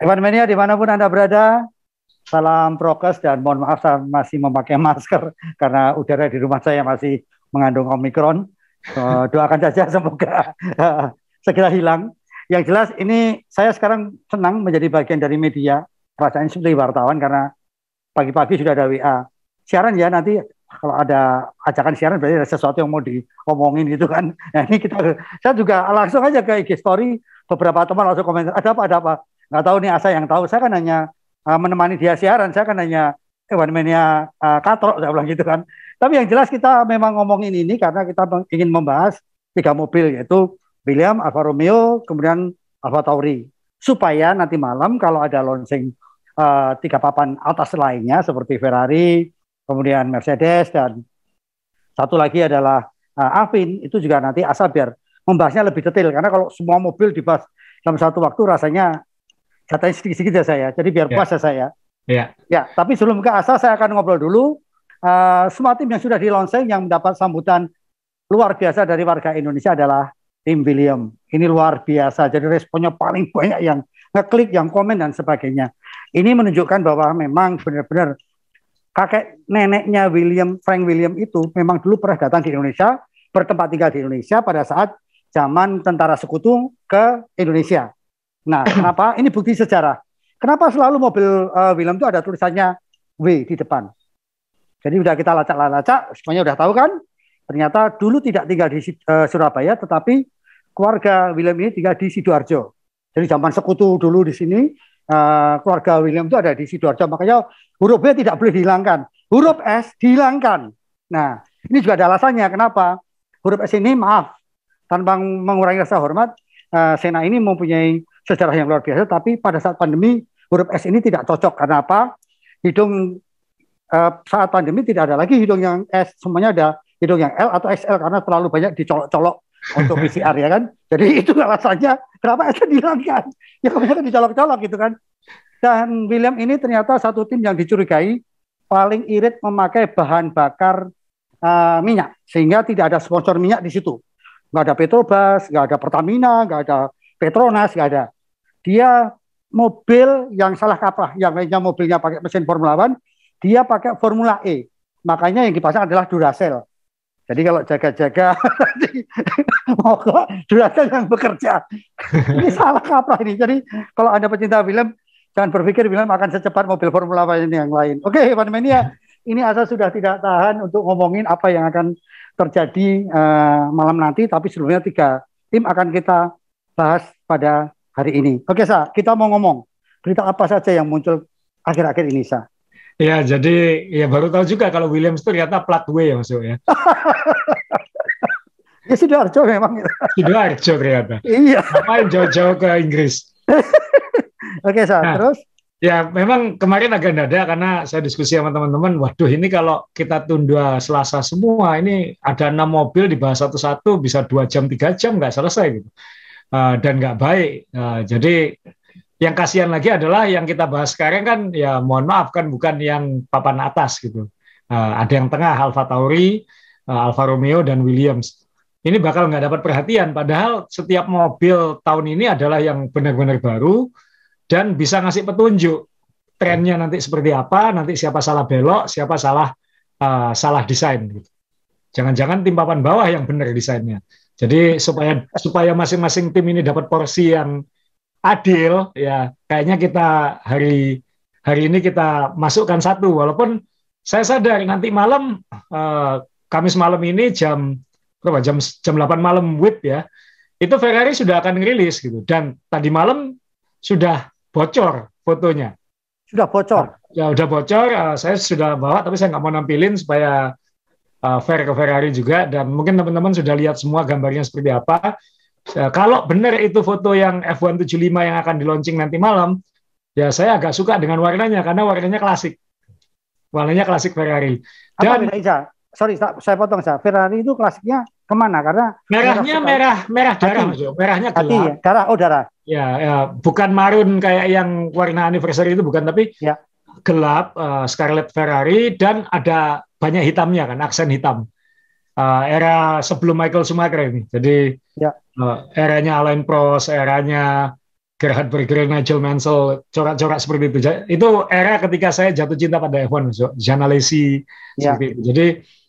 Iwan Mania dimanapun Anda berada, salam prokes dan mohon maaf saya masih memakai masker karena udara di rumah saya masih mengandung Omikron. Doakan saja semoga segera hilang. Yang jelas ini saya sekarang senang menjadi bagian dari media, rasanya seperti wartawan karena pagi-pagi sudah ada WA. Siaran ya nanti kalau ada ajakan siaran berarti ada sesuatu yang mau diomongin gitu kan. Nah ini saya juga langsung aja ke IG story, beberapa teman langsung komentar, ada apa? Nggak tahu nih Asa yang tahu, saya kan hanya menemani dia siaran, saya kan hanya One Mania katrok, saya bilang gitu kan. Tapi yang jelas kita memang ngomongin ini karena kita ingin membahas 3 mobil yaitu William, Alfa Romeo, kemudian Alfa Tauri. Supaya nanti malam kalau ada launching 3 papan atas lainnya seperti Ferrari, kemudian Mercedes, dan satu lagi adalah Alpine, itu juga nanti Asa biar membahasnya lebih detail. Karena kalau semua mobil dibahas dalam satu waktu rasanya katanya sedikit-sedikit ya saya. Jadi biar puas ya saya. Ya, tapi sebelum ke Asa saya akan ngobrol dulu. Semua tim yang sudah di launching yang mendapat sambutan luar biasa dari warga Indonesia adalah tim William. Ini luar biasa. Jadi responnya paling banyak yang ngeklik, yang komen dan sebagainya. Ini menunjukkan bahwa memang benar-benar kakek neneknya Frank William itu memang dulu pernah datang di Indonesia, bertempat tinggal di Indonesia pada saat zaman tentara sekutu ke Indonesia. Nah, kenapa? Ini bukti sejarah. Kenapa selalu mobil William itu ada tulisannya W di depan? Jadi udah kita lacak-lacak, semuanya udah tahu kan? Ternyata dulu tidak tinggal di Surabaya, tetapi keluarga William ini tinggal di Sidoarjo. Jadi zaman sekutu dulu di sini, keluarga William itu ada di Sidoarjo. Makanya huruf B tidak boleh dihilangkan. Huruf S dihilangkan. Nah, ini juga ada alasannya. Kenapa? Huruf S ini, maaf, tanpa mengurangi rasa hormat, Sena ini mempunyai sejarah yang luar biasa, tapi pada saat pandemi huruf S ini tidak cocok. Karena apa? Hidung saat pandemi tidak ada lagi hidung yang S, semuanya ada hidung yang L atau XL karena terlalu banyak dicolok-colok untuk PCR ya kan. Jadi itu alasannya kenapa S dihilangkan. Ya kebanyakan dicolok-colok gitu kan. Dan William ini ternyata satu tim yang dicurigai paling irit memakai bahan bakar minyak, sehingga tidak ada sponsor minyak di situ. Nggak ada Petrobras, nggak ada Pertamina, nggak ada Petronas, nggak ada. Dia mobil yang salah kaprah, yang lainnya mobilnya pakai mesin Formula One, dia pakai Formula E. Makanya yang dipasang adalah Duracell. Jadi kalau jaga-jaga, mogok Duracell yang bekerja. Ini salah kaprah ini. Jadi kalau Anda pecinta film, jangan berpikir William akan secepat mobil Formula One yang lain. Oke, One Mania, ini Asa sudah tidak tahan untuk ngomongin apa yang akan terjadi malam nanti. Tapi sebelumnya 3 tim akan kita bahas pada hari ini. Oke, Sa, kita mau ngomong berita apa saja yang muncul akhir-akhir ini, Sa? Ya, jadi ya baru tahu juga kalau Williams itu ternyata plat W ya masuk ya. Ya Sidoarjo memang. Sidoarjo ternyata. Iya. Ngapain jauh-jauh ke Inggris? Oke, Sa, terus? Ya, memang kemarin agak dada karena saya diskusi sama teman-teman. Waduh, ini kalau kita tunda Selasa semua, ini ada 6 mobil dibahas satu-satu bisa 2 jam, 3 jam nggak selesai gitu. Dan nggak baik. Jadi yang kasihan lagi adalah yang kita bahas sekarang kan ya mohon maaf kan bukan yang papan atas gitu. Ada yang tengah Alfa Tauri, Alfa Romeo dan Williams. Ini bakal nggak dapat perhatian padahal setiap mobil tahun ini adalah yang benar-benar baru dan bisa ngasih petunjuk trennya nanti seperti apa, nanti siapa salah belok, siapa salah desain gitu. Jangan-jangan tim papan bawah yang benar desainnya. Jadi supaya masing-masing tim ini dapat porsi yang adil ya kayaknya kita hari ini kita masukkan satu walaupun saya sadar nanti malam Kamis malam ini jam 8 malam WIB ya itu Ferrari sudah akan ngerilis gitu dan tadi malam sudah bocor fotonya udah bocor saya sudah bawa tapi saya nggak mau nampilin supaya fair ke Ferrari juga dan mungkin teman-teman sudah lihat semua gambarnya seperti apa. Kalau benar itu foto yang F175 yang akan di-launching nanti malam, ya saya agak suka dengan warnanya karena warnanya klasik. Warnanya klasik Ferrari. Dan sorry, saya potong saya. Ferrari itu klasiknya kemana? Karena merahnya merah darah, merahnya gelap. Ya, darah. Ya, bukan marun kayak yang warna anniversary itu bukan, tapi ya. Gelap, Scarlet Ferrari dan ada banyak hitamnya kan, aksen hitam. Era sebelum Michael Schumacher ini. Jadi ya. Eranya Alain Prost, eranya Gerhard Berger, Nigel Mansell, corak-corak seperti itu. Itu era ketika saya jatuh cinta pada F1, Jean Alesi seperti itu. Jadi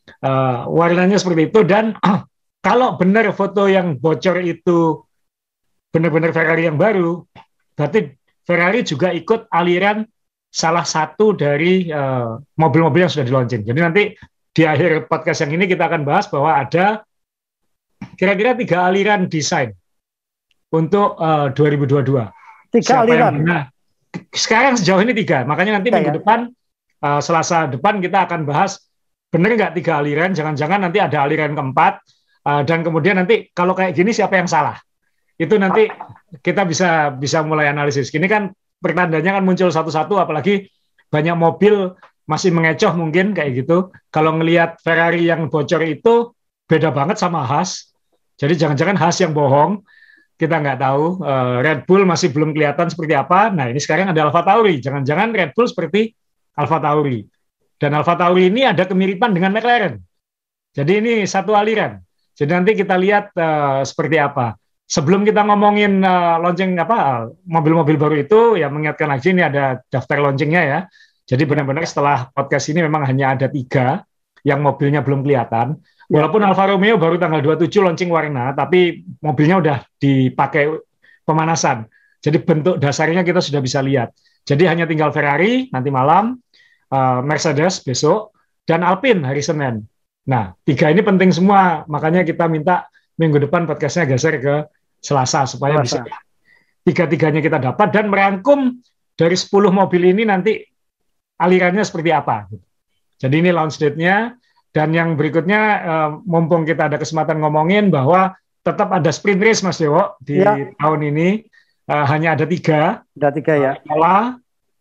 warnanya seperti itu. Dan kalau benar foto yang bocor itu benar-benar Ferrari yang baru, berarti Ferrari juga ikut aliran salah satu dari mobil-mobil yang sudah di launching. Jadi nanti di akhir podcast yang ini kita akan bahas bahwa ada kira-kira 3 aliran desain untuk 2022. Tiga aliran. Sekarang sejauh ini 3. Makanya nanti minggu depan, Selasa depan kita akan bahas benar nggak 3 aliran. Jangan-jangan nanti ada aliran keempat. Dan kemudian nanti kalau kayak gini siapa yang salah? Itu nanti kita bisa mulai analisis. Ini kan pertandanya kan muncul satu-satu, apalagi banyak mobil masih mengecoh mungkin kayak gitu. Kalau ngelihat Ferrari yang bocor itu beda banget sama Haas. Jadi jangan-jangan Haas yang bohong. Kita nggak tahu. Red Bull masih belum kelihatan seperti apa. Nah, ini sekarang ada Alfa Tauri. Jangan-jangan Red Bull seperti Alfa Tauri. Dan Alfa Tauri ini ada kemiripan dengan McLaren. Jadi ini satu aliran. Jadi nanti kita lihat seperti apa. Sebelum kita ngomongin launching mobil-mobil baru itu, ya mengingatkan lagi ini ada daftar launchingnya ya. Jadi benar-benar setelah podcast ini memang hanya ada 3 yang mobilnya belum kelihatan. Walaupun Alfa Romeo baru tanggal 27 launching warna, tapi mobilnya udah dipakai pemanasan. Jadi bentuk dasarnya kita sudah bisa lihat. Jadi hanya tinggal Ferrari nanti malam, Mercedes besok, dan Alpine hari Senin. Nah, 3 ini penting semua. Makanya kita minta minggu depan podcastnya geser ke Selasa, supaya bisa 3-3-nya kita dapat dan merangkum dari 10 mobil ini nanti alirannya seperti apa. Jadi ini launch date-nya. Dan yang berikutnya, mumpung kita ada kesempatan ngomongin bahwa tetap ada sprint race, Mas Dewo, di tahun ini. Hanya ada 3. Ada 3 ya. Imola,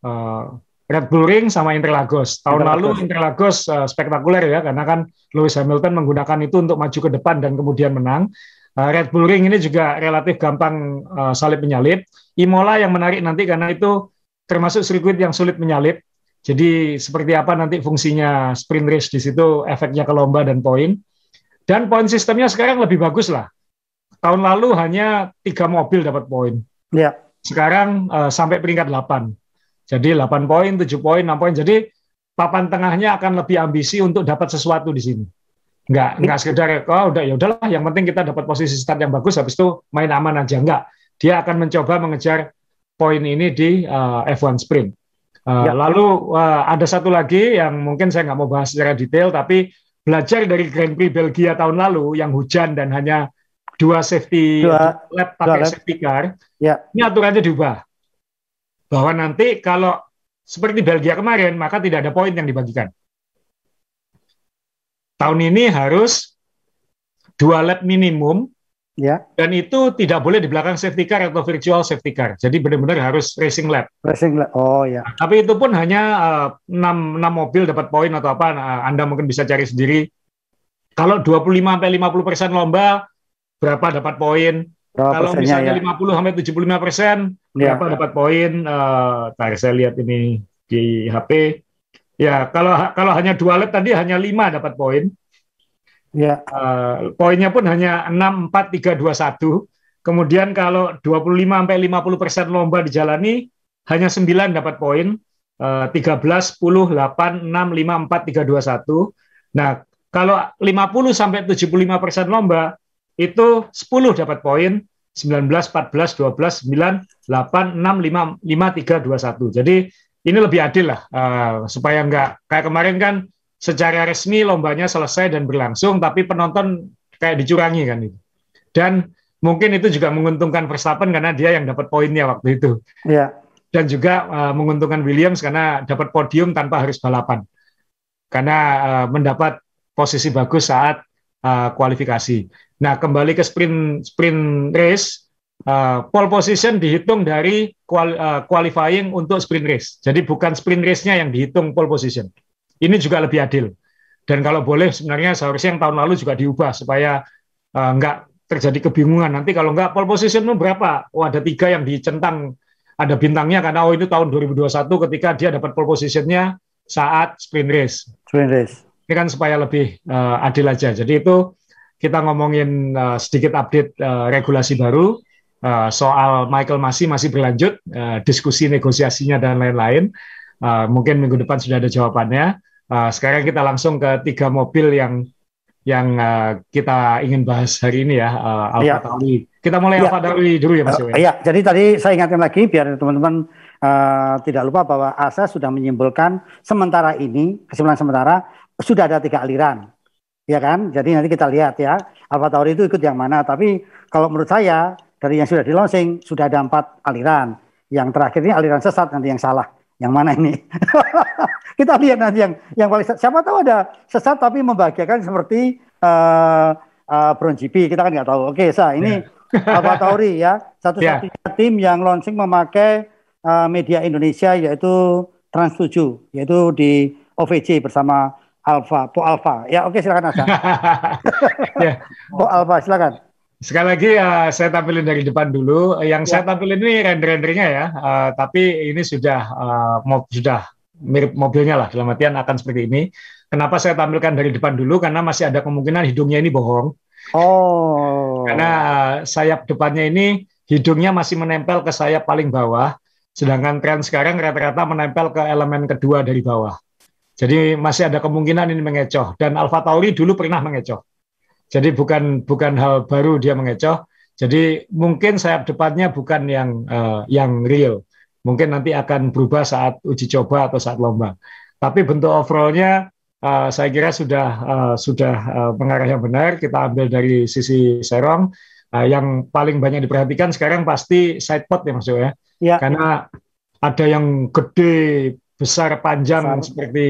Red Bull Ring, sama Interlagos. Tahun lalu Interlagos spektakuler ya, karena kan Lewis Hamilton menggunakan itu untuk maju ke depan dan kemudian menang. Red Bull Ring ini juga relatif gampang salip-menyalip. Imola yang menarik nanti karena itu termasuk sirkuit yang sulit menyalip. Jadi seperti apa nanti fungsinya sprint race di situ, efeknya ke lomba dan poin. Dan poin sistemnya sekarang lebih bagus lah. Tahun lalu hanya 3 mobil dapat poin. Ya. Sekarang sampai peringkat 8. Jadi 8 poin, 7 poin, 6 poin. Jadi papan tengahnya akan lebih ambisi untuk dapat sesuatu di sini. Enggak sekedar ya udahlah, yang penting kita dapat posisi start yang bagus, habis itu main aman aja. Enggak. Dia akan mencoba mengejar poin ini di F1 Sprint. Lalu ada satu lagi yang mungkin saya nggak mau bahas secara detail, tapi belajar dari Grand Prix Belgia tahun lalu yang hujan dan hanya 2 lap pakai safety car, ini aturannya diubah. Bahwa nanti kalau seperti Belgia kemarin, maka tidak ada poin yang dibagikan. Tahun ini harus 2 lap minimum, dan itu tidak boleh di belakang safety car atau virtual safety car. Jadi benar-benar harus racing lap. Oh ya. Tapi itu pun hanya 6 mobil dapat poin atau apa. Nah, Anda mungkin bisa cari sendiri. Kalau 25-50% lomba, berapa dapat poin? Kalau misalnya 50-75%, berapa dapat poin? Saya lihat ini di HP. Ya, kalau hanya 2 lap tadi hanya 5 dapat poin. Poinnya pun hanya 6, 4, 3, 2, 1. Kemudian kalau 25-50% lomba dijalani, hanya 9 dapat poin. 13, 10, 8, 6, 5, 4, 3, 2, 1. Nah, kalau 50-75% lomba, itu 10 dapat poin. 19, 14, 12, 9, 8, 6, 5, 3, 2, 1. Jadi ini lebih adil lah, supaya nggak kayak kemarin kan secara resmi lombanya selesai dan berlangsung, tapi penonton kayak dicurangi kan itu. Dan mungkin itu juga menguntungkan Verstappen karena dia yang dapat poinnya waktu itu. Dan juga menguntungkan Williams karena dapat podium tanpa harus balapan. Karena mendapat posisi bagus saat kualifikasi. Nah, kembali ke sprint race, pole position dihitung dari qualifying untuk sprint race. Jadi bukan sprint race-nya yang dihitung pole position. Ini juga lebih adil. Dan kalau boleh sebenarnya seharusnya yang tahun lalu juga diubah supaya nggak terjadi kebingungan. Nanti kalau nggak pole position itu berapa? Oh, ada 3 yang dicentang, ada bintangnya karena itu tahun 2021 ketika dia dapat pole position-nya saat sprint race. Ini kan supaya lebih adil aja. Jadi itu kita ngomongin sedikit update regulasi baru. soal Michael Masi masih berlanjut, diskusi negosiasinya dan lain-lain. Mungkin minggu depan sudah ada jawabannya. Sekarang kita langsung ke 3 mobil yang kita ingin bahas hari ini ya, Alfa Tauri. Kita mulai Alfa Tauri dulu ya Mas Yowen. Iya, jadi tadi saya ingatkan lagi biar teman-teman tidak lupa bahwa ASA sudah menyimpulkan sementara ini, kesimpulan sementara sudah ada 3 aliran. Ya kan? Jadi nanti kita lihat ya, Alfa Tauri itu ikut yang mana. Tapi kalau menurut saya, dari yang sudah di launching, sudah ada 4 aliran. Yang terakhir ini aliran sesat, nanti yang salah. Yang mana ini? Kita lihat nanti yang paling siapa tahu ada sesat tapi membahagiakan seperti Brown GP, kita kan nggak tahu. Oke, ini Alfa Tauri ya, satu-satunya tim yang launching memakai media Indonesia yaitu Trans7, yaitu di OVJ bersama Po Alpha. Ya, oke, silakan Asa. Po Alpha, silakan. Sekali lagi saya tampilin dari depan dulu. Yang saya tampilin ini render-rendernya ya, tapi ini sudah mirip mobilnya lah, dalam artian akan seperti ini. Kenapa saya tampilkan dari depan dulu? Karena masih ada kemungkinan hidungnya ini bohong. Karena sayap depannya ini hidungnya masih menempel ke sayap paling bawah, sedangkan tren sekarang rata-rata menempel ke elemen kedua dari bawah. Jadi masih ada kemungkinan ini mengecoh. Dan Alfa Tauri dulu pernah mengecoh. Jadi bukan hal baru dia mengecoh. Jadi mungkin sayap depannya bukan yang real. Mungkin nanti akan berubah saat uji coba atau saat lomba. Tapi bentuk overallnya saya kira sudah mengarah yang benar. Kita ambil dari sisi serong. Yang paling banyak diperhatikan sekarang pasti sidepod ya Mas Jo ya. Karena ada yang gede, besar, panjang seperti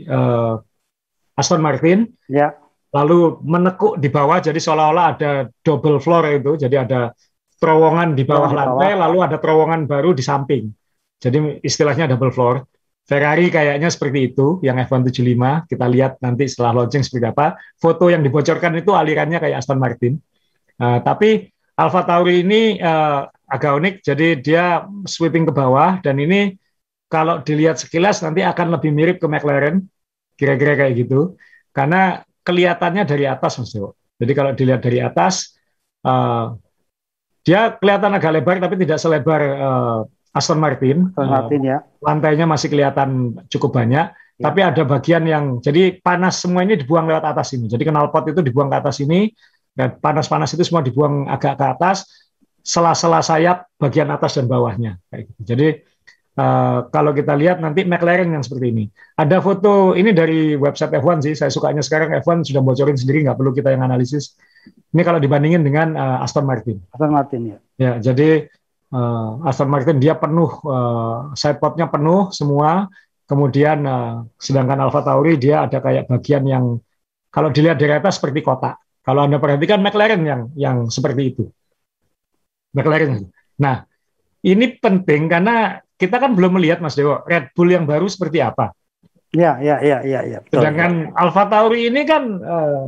Aston Martin, lalu menekuk di bawah, jadi seolah-olah ada double floor itu, jadi ada terowongan di bawah lantai, lalu ada terowongan baru di samping, jadi istilahnya double floor. Ferrari kayaknya seperti itu, yang F175, kita lihat nanti setelah launching seperti apa. Foto yang dibocorkan itu alirannya kayak Aston Martin, tapi Alfa Tauri ini agak unik, jadi dia sweeping ke bawah, dan ini kalau dilihat sekilas nanti akan lebih mirip ke McLaren, kira-kira kayak gitu, karena kelihatannya dari atas, Mas Dewo. Jadi kalau dilihat dari atas, dia kelihatan agak lebar, tapi tidak selebar Aston Martin. Lantainya masih kelihatan cukup banyak, tapi ada bagian yang, jadi panas semua ini dibuang lewat atas ini. Jadi knalpot itu dibuang ke atas ini, dan panas-panas itu semua dibuang agak ke atas, sela-sela sayap bagian atas dan bawahnya. Kayak gitu. Jadi kalau kita lihat nanti McLaren yang seperti ini. Ada foto ini dari website F1 sih, saya sukanya sekarang F1 sudah bocorin sendiri, nggak perlu kita yang analisis. Ini kalau dibandingin dengan Aston Martin. Aston Martin ya. Ya, jadi Aston Martin dia penuh, sidepodnya penuh semua, kemudian sedangkan Alfa Tauri dia ada kayak bagian yang kalau dilihat dari atas seperti kotak. Kalau Anda perhatikan McLaren yang seperti itu. McLaren. Nah, ini penting karena kita kan belum melihat Mas Dewo Red Bull yang baru seperti apa. Ya. Sedangkan Alfa Tauri ini kan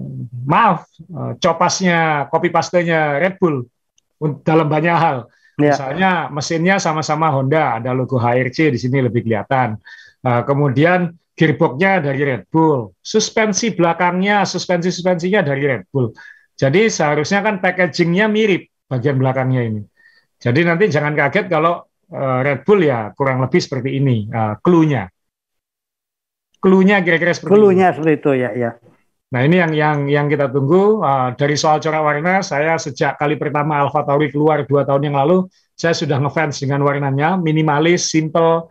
copasnya, copy pastenya Red Bull dalam banyak hal. Misalnya mesinnya sama-sama Honda, ada logo HRC di sini lebih kelihatan. Kemudian gearboxnya dari Red Bull, suspensinya dari Red Bull. Jadi seharusnya kan packagingnya mirip bagian belakangnya ini. Jadi nanti jangan kaget kalau Red Bull ya kurang lebih seperti ini, clue-nya kira-kira seperti itu ya. Nah ini yang kita tunggu. Dari soal corak warna, saya sejak kali pertama Alfa Tauri keluar 2 tahun yang lalu, saya sudah ngefans dengan warnanya, minimalis, simple,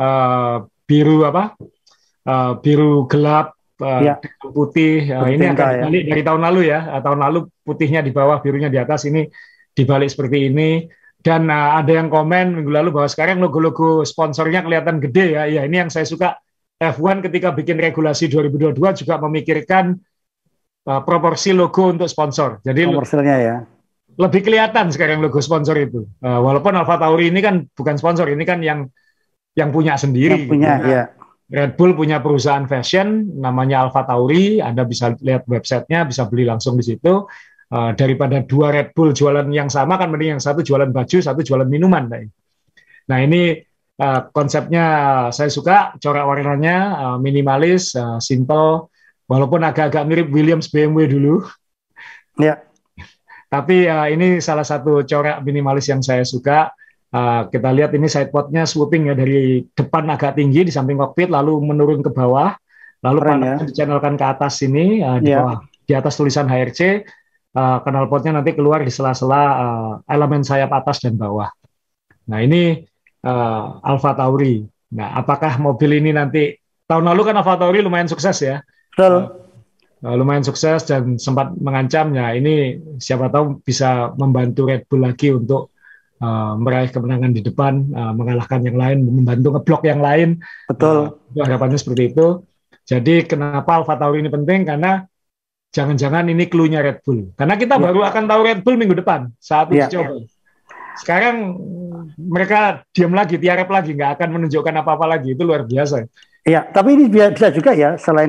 biru gelap, putih. Ini agak dibalik dari tahun lalu ya. Tahun lalu putihnya di bawah, birunya di atas, ini dibalik seperti ini. Dan ada yang komen minggu lalu bahwa sekarang logo-logo sponsornya kelihatan gede ya. Ya ini yang saya suka. F1 ketika bikin regulasi 2022 juga memikirkan proporsi logo untuk sponsor. Jadi komersilnya ya. Lebih kelihatan sekarang logo sponsor itu. Walaupun Alfa Tauri ini kan bukan sponsor, ini kan yang punya sendiri. Yang punya, ya. Red Bull punya perusahaan fashion namanya Alfa Tauri. Anda bisa lihat websitenya, bisa beli langsung di situ. Daripada 2 Red Bull jualan yang sama, kan mending yang satu jualan baju, satu jualan minuman. Nah ini konsepnya saya suka, corak warnanya minimalis, simple, walaupun agak-agak mirip Williams BMW dulu. Ya. Tapi ini salah satu corak minimalis yang saya suka. Kita lihat ini sidepodnya swooping ya dari depan agak tinggi di samping kokpit, lalu menurun ke bawah, lalu Keren ya. panelnya dichannelkan ke atas sini di Ya, bawah, di atas tulisan HRC. Knalpotnya nanti keluar di sela-sela elemen sayap atas dan bawah. Nah ini Alfa Tauri. Nah apakah mobil ini nanti tahun lalu kan Alfa Tauri lumayan sukses ya. Uh, betul. Lumayan sukses dan sempat mengancamnya. Ini siapa tahu bisa membantu Red Bull lagi untuk meraih kemenangan di depan, mengalahkan yang lain, membantu ngeblok yang lain. Betul. Harapannya seperti itu. Jadi kenapa Alfa Tauri ini penting? Karena jangan-jangan ini clue-nya Red Bull. Karena kita Ya, baru akan tahu Red Bull minggu depan saat uji ya, coba. Sekarang mereka diam lagi, tiarap lagi, nggak akan menunjukkan apa-apa lagi. Itu luar biasa. ya. Tapi ini bisa juga ya, selain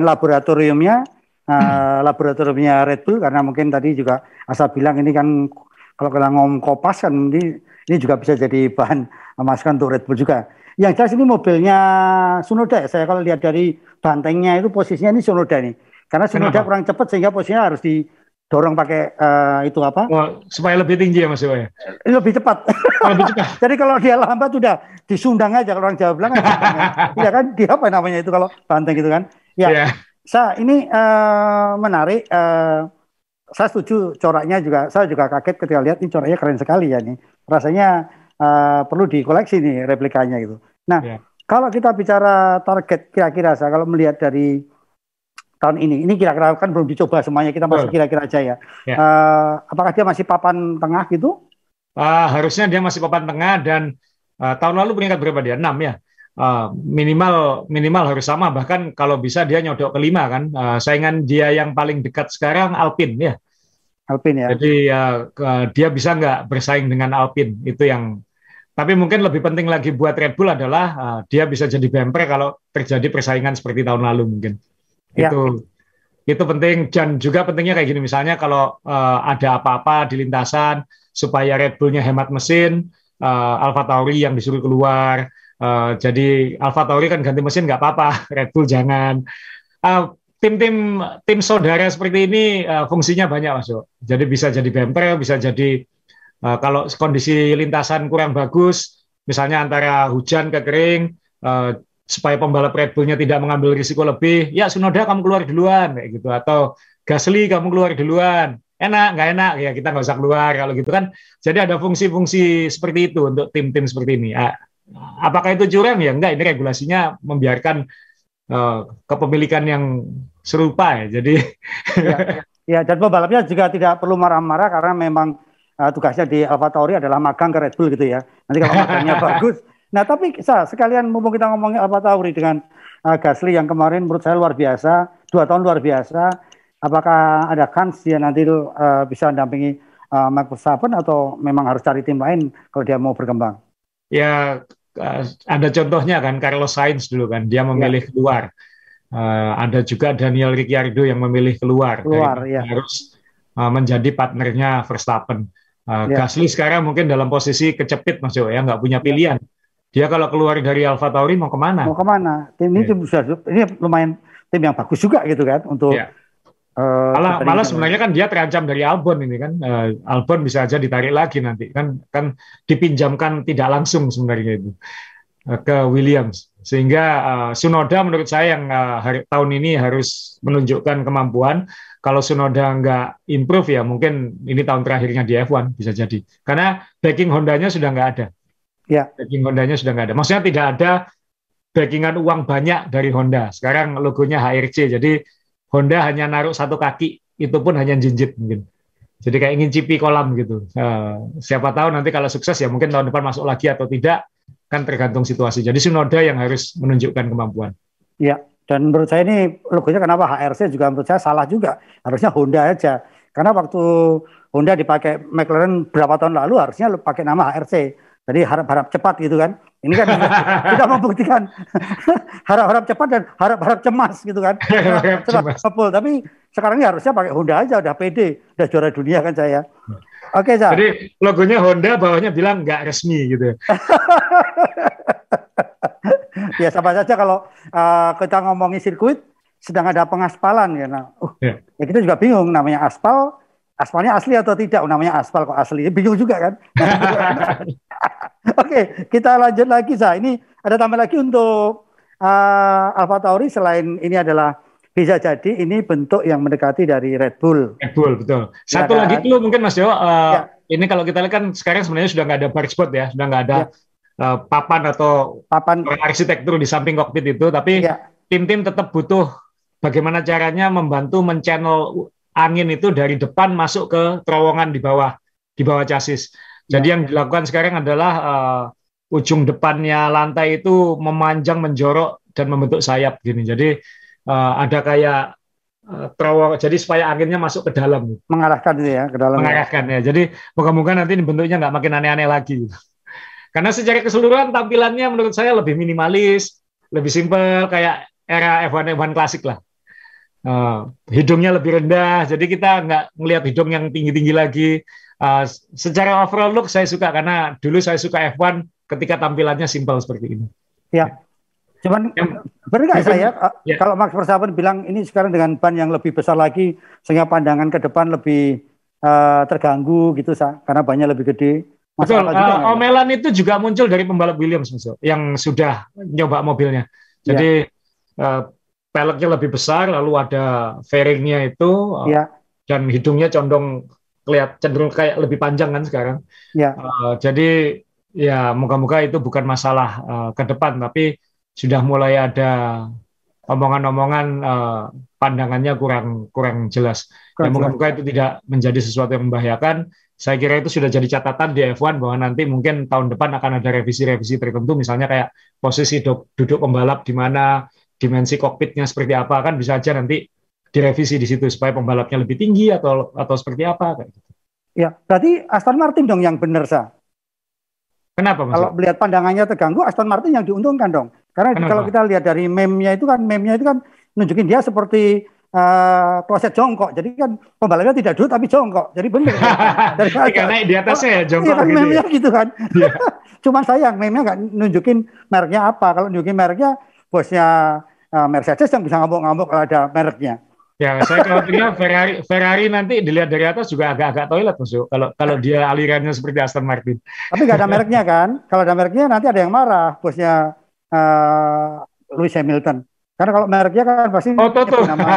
laboratoriumnya Red Bull, karena mungkin tadi juga Asa bilang ini kan kalau kita ngomong Kopas kan ini juga bisa jadi bahan masukan untuk Red Bull juga. Yang jelas ini mobilnya Tsunoda ya. Saya kalau lihat dari bantengnya itu posisinya ini Tsunoda nih. Karena Tsunoda Kenapa? kurang cepat sehingga posisinya harus didorong pakai itu apa? Oh, supaya lebih tinggi ya Mas Iwa ya? Ini lebih cepat. Oh, lebih cepat. Jadi kalau dia lambat udah disundang aja, kalau orang Jawa bilang kan sundang ya. Iya kan, dia apa namanya itu kalau banteng gitu kan. Ya, Ya, ini menarik. Saya setuju coraknya juga. Saya juga kaget ketika lihat ini coraknya keren sekali ya nih. Rasanya perlu dikoleksi nih replikanya gitu. Nah, ya. kalau kita bicara target kira-kira saya kalau melihat dari tahun ini kira-kira kan belum dicoba semuanya, kita masih Betul. kira-kira aja ya. Ya. Apakah dia masih papan tengah gitu? Harusnya dia masih papan tengah dan tahun lalu peringkat berapa dia? 6 ya. Minimal harus sama, bahkan kalau bisa dia nyodok kelima kan. Saingan dia yang paling dekat sekarang Alpine ya. Alpine ya. Jadi dia bisa nggak bersaing dengan Alpine, itu yang. Tapi mungkin lebih penting lagi buat Red Bull adalah dia bisa jadi bumper kalau terjadi persaingan seperti tahun lalu mungkin. Ya, Itu penting, dan juga pentingnya kayak gini, misalnya kalau ada apa-apa di lintasan supaya Red Bull-nya hemat mesin, Alfa Tauri yang disuruh keluar. Jadi Alfa Tauri kan ganti mesin nggak apa-apa, Red Bull jangan. Tim-tim saudara seperti ini fungsinya banyak Mas Jo. Jadi bisa jadi bumper, bisa jadi kalau kondisi lintasan kurang bagus, misalnya antara hujan ke kering, supaya pembalap Red Bull-nya tidak mengambil risiko lebih, ya Tsunoda kamu keluar duluan, kayak gitu. Atau Gasly kamu keluar duluan. Enak, nggak enak, ya kita nggak usah keluar, kalau gitu kan. Jadi ada fungsi-fungsi seperti itu untuk tim-tim seperti ini. Apakah itu curang? Ya enggak, ini regulasinya membiarkan kepemilikan yang serupa ya. Jadi ya, ya. Dan pembalapnya juga tidak perlu marah-marah karena memang tugasnya di AlphaTauri adalah magang ke Red Bull gitu ya. Nanti kalau magangnya bagus. Nah, tapi sekalian mumpung kita ngomongin AlphaTauri dengan Gasly yang kemarin menurut saya luar biasa, 2 tahun luar biasa. Apakah ada kans dia nanti bisa mendampingi Max Verstappen atau memang harus cari tim lain kalau dia mau berkembang? ya ada contohnya kan Carlos Sainz dulu kan, dia Ya, memilih keluar. Ada juga Daniel Ricciardo yang memilih keluar keluar daripada ya. harus menjadi partnernya Verstappen. Ya, Gasly sekarang mungkin dalam posisi kecepit Mas Jo ya, nggak punya ya. pilihan. Dia kalau keluar dari Alfa Tauri mau kemana? Mau kemana? Ya. Ini lumayan tim yang bagus juga gitu kan untuk Ya. Malah pertandingan. sebenarnya kan dia terancam dari Albon ini kan. Albon bisa aja ditarik lagi nanti kan dipinjamkan tidak langsung sebenarnya itu ke Williams. Sehingga Tsunoda menurut saya yang tahun ini harus menunjukkan kemampuan. Kalau Tsunoda nggak improve ya mungkin ini tahun terakhirnya di F1 bisa jadi. Karena backing Hondanya sudah nggak ada. Ya, Backing Hondanya sudah nggak ada. Maksudnya tidak ada backingan uang banyak dari Honda. Sekarang logonya HRC. Jadi Honda hanya naruh satu kaki, itu pun hanya jinjit mungkin. Jadi kayak ngincipi kolam gitu. Siapa tahu nanti kalau sukses ya mungkin tahun depan masuk lagi atau tidak, kan tergantung situasi. Jadi Tsunoda yang harus menunjukkan kemampuan. ya. Dan menurut saya ini logonya kenapa HRC juga menurut saya salah juga. Harusnya Honda aja. Karena waktu Honda dipakai McLaren berapa tahun lalu harusnya pakai nama HRC. Jadi harap-harap cepat gitu kan. Ini kan tidak membuktikan harap-harap cepat dan harap-harap cemas gitu kan. Cepat full. Tapi sekarang ini harusnya pakai Honda aja, udah pede, udah juara dunia kan saya. Oke, Sa. Jadi logonya Honda, bawahnya bilang nggak resmi gitu. Ya sama saja kalau kita ngomongin sirkuit sedang ada pengaspalan ya. Nah, ya kita juga bingung namanya aspal aspalnya asli atau tidak? Namanya aspal kok asli, bingung juga kan. Oke, kita lanjut lagi, Sa. Ini ada tambah lagi untuk Alfa Tauri. Selain ini adalah bisa jadi ini bentuk yang mendekati dari Red Bull. Red Bull, betul. Ya Satu lagi kan? clue mungkin Mas Dewa, Ya, ini kalau kita lihat kan sekarang sebenarnya sudah nggak ada bar spot ya, sudah nggak ada ya, papan atau papan. arsitektur di samping kokpit itu, tapi Ya, tim-tim tetap butuh bagaimana caranya membantu men-channel angin itu dari depan masuk ke terowongan di bawah chassis. Jadi ya, yang dilakukan sekarang adalah ujung depannya lantai itu memanjang, menjorok dan membentuk sayap gini. Jadi ada kayak terowongan, jadi supaya anginnya masuk ke dalam, mengarahkan itu ya ke dalam ya. mengarahkan ya. Jadi moga-moga nanti bentuknya nggak makin aneh-aneh lagi. Karena secara keseluruhan tampilannya menurut saya lebih minimalis, lebih simpel, kayak era F1 F1 klasik lah. Hidungnya lebih rendah, jadi kita nggak ngelihat hidung yang tinggi-tinggi lagi. Secara overall look saya suka, karena dulu saya suka F1 ketika tampilannya simpel seperti ini. Ya, cuman benar nggak saya kalau Max Verstappen bilang ini sekarang dengan ban yang lebih besar lagi sehingga pandangan ke depan lebih terganggu gitu, karena bannya lebih gede. Betul, Juga omelan itu juga muncul dari pembalap Williams yang sudah nyoba mobilnya. Jadi peleknya lebih besar, lalu ada fairingnya itu, dan hidungnya condong cenderung kayak lebih panjang kan sekarang. Jadi ya moga-moga itu bukan masalah ke depan, tapi sudah mulai ada omongan-omongan pandangannya kurang jelas. Ya moga-moga itu tidak menjadi sesuatu yang membahayakan. Saya kira itu sudah jadi catatan di F1 bahwa nanti mungkin tahun depan akan ada revisi-revisi tertentu, misalnya kayak posisi duduk pembalap di mana, dimensi kokpitnya seperti apa, kan bisa aja nanti direvisi di situ supaya pembalapnya lebih tinggi atau seperti apa kayak gitu. Ya, berarti Aston Martin dong yang benar, Sa. Kenapa, Mas? Kalau melihat pandangannya terganggu, Aston Martin yang diuntungkan dong. Karena kalau kita lihat dari meme-nya itu kan nunjukin dia seperti kloset jongkok. Jadi kan pembalapnya tidak duduk tapi jongkok. Jadi benar. Karena di atasnya ya jongkok. Iya kan gitu meme-nya gitu kan. Cuman sayang meme-nya nggak nunjukin mereknya apa. Kalau nunjukin mereknya bosnya Mercedes yang bisa ngambuk-ngambuk kalau ada mereknya. Ya, saya khawatirnya Ferrari nanti dilihat dari atas juga agak-agak toilet, Mas. Kalau dia alirannya seperti Aston Martin. Tapi nggak ada mereknya kan? Kalau ada mereknya nanti ada yang marah bosnya Lewis Hamilton. Karena kalau mereknya kan pasti nama.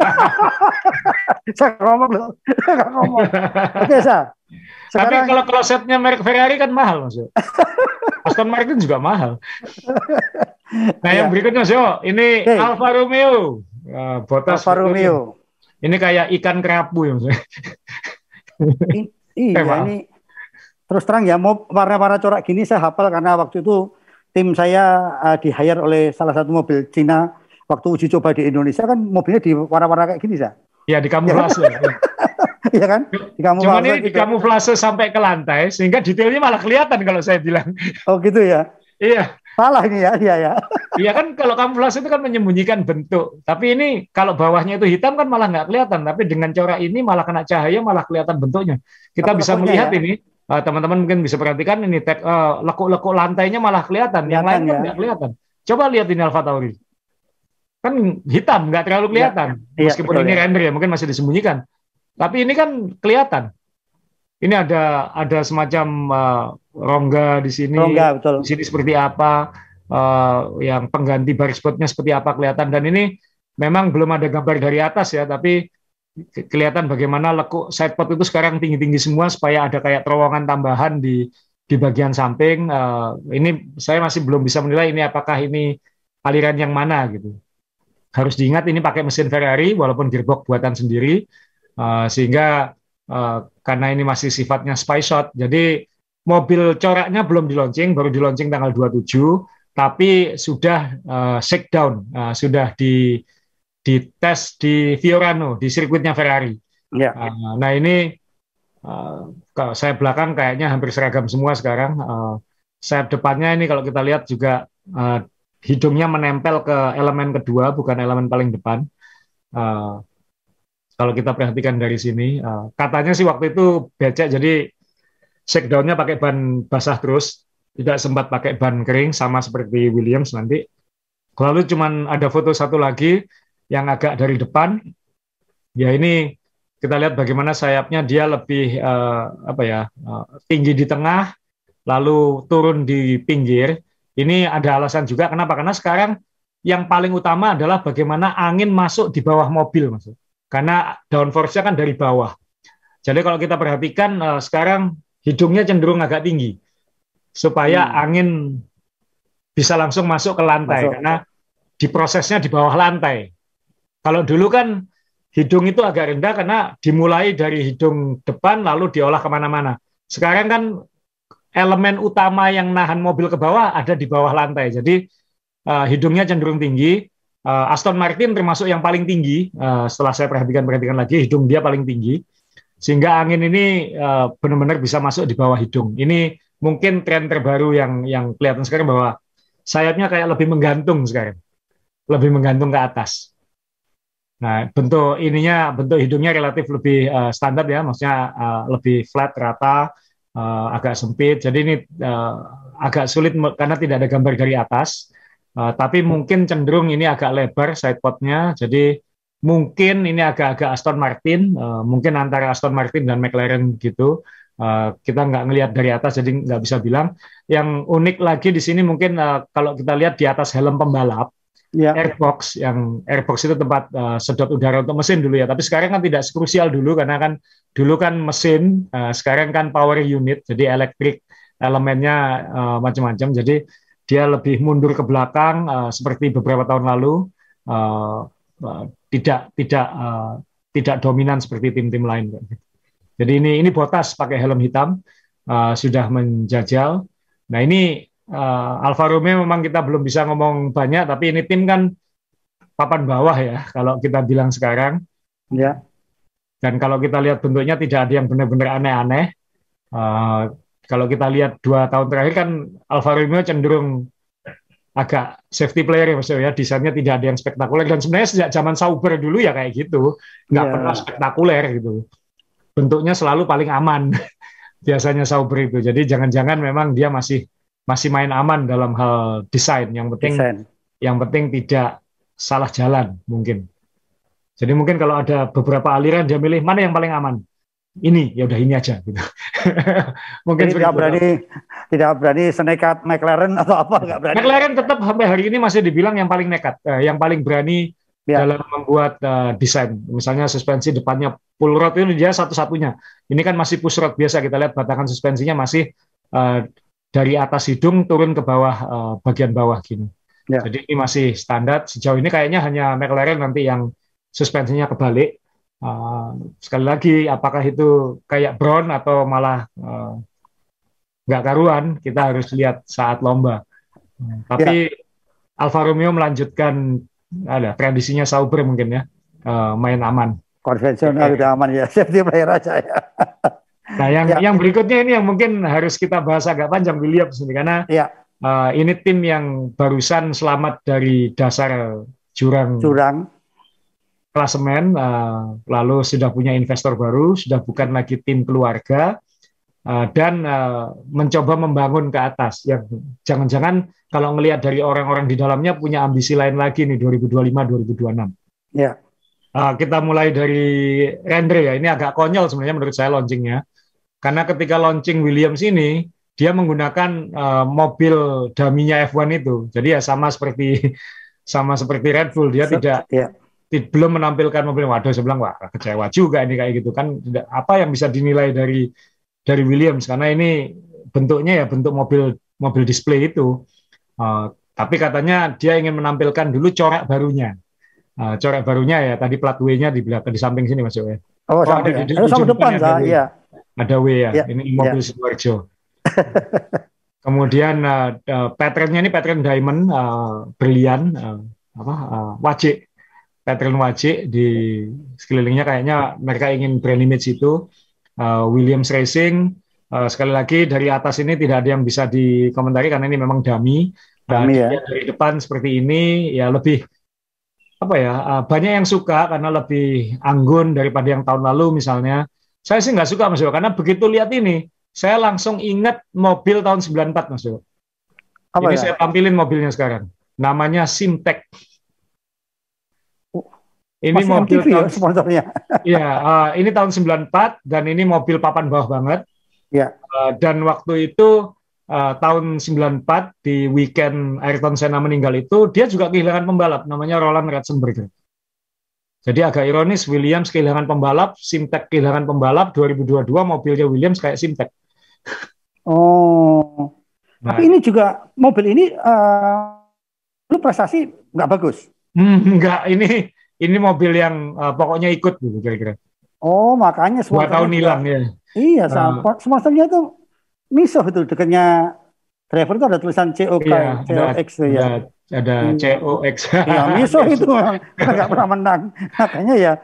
Saya ngomong loh, nggak ngomong. Oke, Sa. Tapi kalau klosetnya merek Ferrari kan mahal, Mas. Aston Martin juga mahal. Nah, yang berikutnya, Mas, ini Alfa Romeo. Bottas Alfa Romeo. Ini kayak ikan kerapu ya, Mas. Ini terus terang ya, mau warna-warna corak gini saya hafal karena waktu itu tim saya di-hire oleh salah satu mobil Cina waktu uji coba di Indonesia, kan mobilnya di warna-warna kayak gini, Sa. Ya, di kamuflase. Iya kan? Di kamuflase. Cuman ini di kamuflase sampai ke lantai sehingga detailnya malah kelihatan kalau saya bilang. Oh gitu ya? Iya. Salah ini ya, ya. Iya kan, kalau kamuflase itu kan menyembunyikan bentuk. Tapi ini kalau bawahnya itu hitam kan malah nggak kelihatan. Tapi dengan corak ini malah kena cahaya, malah kelihatan bentuknya. Kita bisa melihat ini, teman-teman mungkin bisa perhatikan ini, lekuk-lekuk lantainya malah kelihatan. Yang lain kan nggak kelihatan. Coba lihat ini Alfa Tauri. Kan hitam, nggak terlalu kelihatan. Meskipun ini render ya, mungkin masih disembunyikan. Tapi ini kan kelihatan. Ini ada semacam rongga di sini. Rongga, betul. Di sini seperti apa, yang pengganti bar spotnya seperti apa kelihatan. Dan ini memang belum ada gambar dari atas ya, tapi kelihatan bagaimana lekuk sidepod itu sekarang tinggi-tinggi semua supaya ada kayak terowongan tambahan di bagian samping. Ini saya masih belum bisa menilai ini apakah ini aliran yang mana gitu. Harus diingat ini pakai mesin Ferrari walaupun gearbox buatan sendiri, sehingga karena ini masih sifatnya spy shot, jadi mobil coraknya belum di launching, baru di launching tanggal 27, tapi sudah shakedown, sudah di tes di Fiorano, di sirkuitnya Ferrari. Ya. Nah ini kalau saya belakang kayaknya hampir seragam semua sekarang. Sayap depannya ini kalau kita lihat juga hidungnya menempel ke elemen kedua, bukan elemen paling depan. Kalau kita perhatikan dari sini, katanya sih waktu itu becek, jadi shakedown-nya pakai ban basah terus, tidak sempat pakai ban kering, sama seperti Williams nanti. Lalu cuman ada foto satu lagi yang agak dari depan, ya ini kita lihat bagaimana sayapnya dia lebih tinggi di tengah, lalu turun di pinggir. Ini ada alasan juga kenapa? Karena sekarang yang paling utama adalah bagaimana angin masuk di bawah mobil, Mas. Karena downforce-nya kan dari bawah. Jadi kalau kita perhatikan sekarang hidungnya cenderung agak tinggi supaya angin bisa langsung masuk ke lantai karena diprosesnya di bawah lantai. Kalau dulu kan hidung itu agak rendah karena dimulai dari hidung depan lalu diolah kemana-mana. Sekarang kan elemen utama yang nahan mobil ke bawah ada di bawah lantai. Jadi hidungnya cenderung tinggi. Aston Martin termasuk yang paling tinggi. Setelah saya perhatikan lagi, hidung dia paling tinggi. Sehingga angin ini benar-benar bisa masuk di bawah hidung. Ini mungkin tren terbaru yang kelihatan sekarang bahwa sayapnya kayak lebih menggantung sekarang. Lebih menggantung ke atas. Nah, bentuk hidungnya relatif lebih standar ya, maksudnya lebih flat, rata, agak sempit. Jadi ini agak sulit karena tidak ada gambar dari atas. Tapi mungkin cenderung ini agak lebar sidepodnya, jadi mungkin ini agak-agak Aston Martin, mungkin antara Aston Martin dan McLaren gitu. Kita nggak ngelihat dari atas, jadi nggak bisa bilang. Yang unik lagi di sini mungkin kalau kita lihat di atas helm pembalap, airbox itu tempat sedot udara untuk mesin dulu ya. Tapi sekarang kan tidak sekrusial dulu karena kan dulu kan mesin, sekarang kan power unit, jadi elektrik elemennya macam-macam. Jadi dia lebih mundur ke belakang seperti beberapa tahun lalu, tidak dominan seperti tim-tim lain. Jadi ini Bottas pakai helm hitam, sudah menjajal. Nah ini Alfa Romeo memang kita belum bisa ngomong banyak, tapi ini tim kan papan bawah ya kalau kita bilang sekarang. Ya. Dan kalau kita lihat bentuknya tidak ada yang benar-benar aneh-aneh. Kalau kita lihat 2 tahun terakhir kan Alfa Romeo cenderung agak safety player ya maksudnya ya, desainnya tidak ada yang spektakuler dan sebenarnya sejak zaman Sauber dulu ya kayak gitu, nggak pernah spektakuler gitu, bentuknya selalu paling aman biasanya Sauber itu. Jadi jangan-jangan memang dia masih main aman dalam hal desain, yang penting tidak salah jalan mungkin. Jadi mungkin kalau ada beberapa aliran dia milih mana yang paling aman, ini ya udah ini aja gitu. Mungkin tidak berani senekat McLaren atau apa, nggak berani. McLaren tetap sampai hari ini masih dibilang yang paling nekat, yang paling berani dalam membuat desain. Misalnya suspensi depannya pull rod itu dia satu-satunya. Ini kan masih push rod biasa, kita lihat batangan suspensinya masih dari atas hidung turun ke bawah, bagian bawah gini. Jadi ini masih standar. Sejauh ini kayaknya hanya McLaren nanti yang suspensinya kebalik. Sekali lagi, apakah itu kayak Brown atau malah nggak karuan, kita harus lihat saat lomba. Tapi Alfa Romeo melanjutkan tradisinya Sauber mungkin ya, main aman. Konvensional udah aman ya, safety player aja ya. Nah yang berikutnya ini yang mungkin harus kita bahas agak panjang, Williams ini, karena ini tim yang barusan selamat dari dasar jurang klasemen, lalu sudah punya investor baru, sudah bukan lagi tim keluarga, dan mencoba membangun ke atas. Yang jangan-jangan kalau ngelihat dari orang-orang di dalamnya punya ambisi lain lagi nih 2025-2026. Ya. Kita mulai dari Rendre ya, ini agak konyol sebenarnya menurut saya launchingnya, karena ketika launching Williams ini dia menggunakan mobil daminya F1 itu, jadi ya sama seperti Red Bull, dia belum menampilkan mobil. Waduh, saya bilang wah kecewa juga ini kayak gitu kan. Apa yang bisa dinilai dari Williams, karena ini bentuknya ya bentuk mobil display itu. Tapi katanya dia ingin menampilkan dulu corak barunya. Corak barunya ya tadi plat W-nya di belakang, di samping sini Mas Yowe. Ada di depan ya. Ada W ya. Ini mobil Sidoarjo. Kemudian patternnya ini pattern diamond, berlian, wajik. Pattern wajik di sekelilingnya, kayaknya mereka ingin brand image itu. Williams Racing, sekali lagi dari atas ini tidak ada yang bisa dikomentari karena ini memang dummy. Dari depan seperti ini ya lebih banyak yang suka karena lebih anggun daripada yang tahun lalu misalnya. Saya sih nggak suka Mas Yo, karena begitu lihat ini saya langsung ingat mobil tahun 94 Mas Yo. Ini saya tampilin mobilnya sekarang, namanya Simtek. Ini Masih mobil MTV ya tahun sponsornya. ya, ini tahun 94 dan ini mobil papan bawah banget. Ya. Dan waktu itu tahun 94 di weekend Ayrton Senna meninggal itu dia juga kehilangan pembalap namanya Roland Ratzenberger. Jadi agak ironis, Williams kehilangan pembalap, Simtek kehilangan pembalap, 2022 mobilnya Williams kayak Simtek. Oh. Nah, Tapi ini juga mobil ini lu prestasi nggak bagus. enggak, ini mobil yang pokoknya ikut gitu kira-kira. Oh, makanya 2 tahun sponsornya juga. hilang ya. Iya, Uh, sponsornya itu Misuh itu dekatnya driver itu ada tulisan COK, iya, COX itu ada ya. ada Iya. COX. Iya, Misuh itu memang nggak pernah menang. Makanya ya.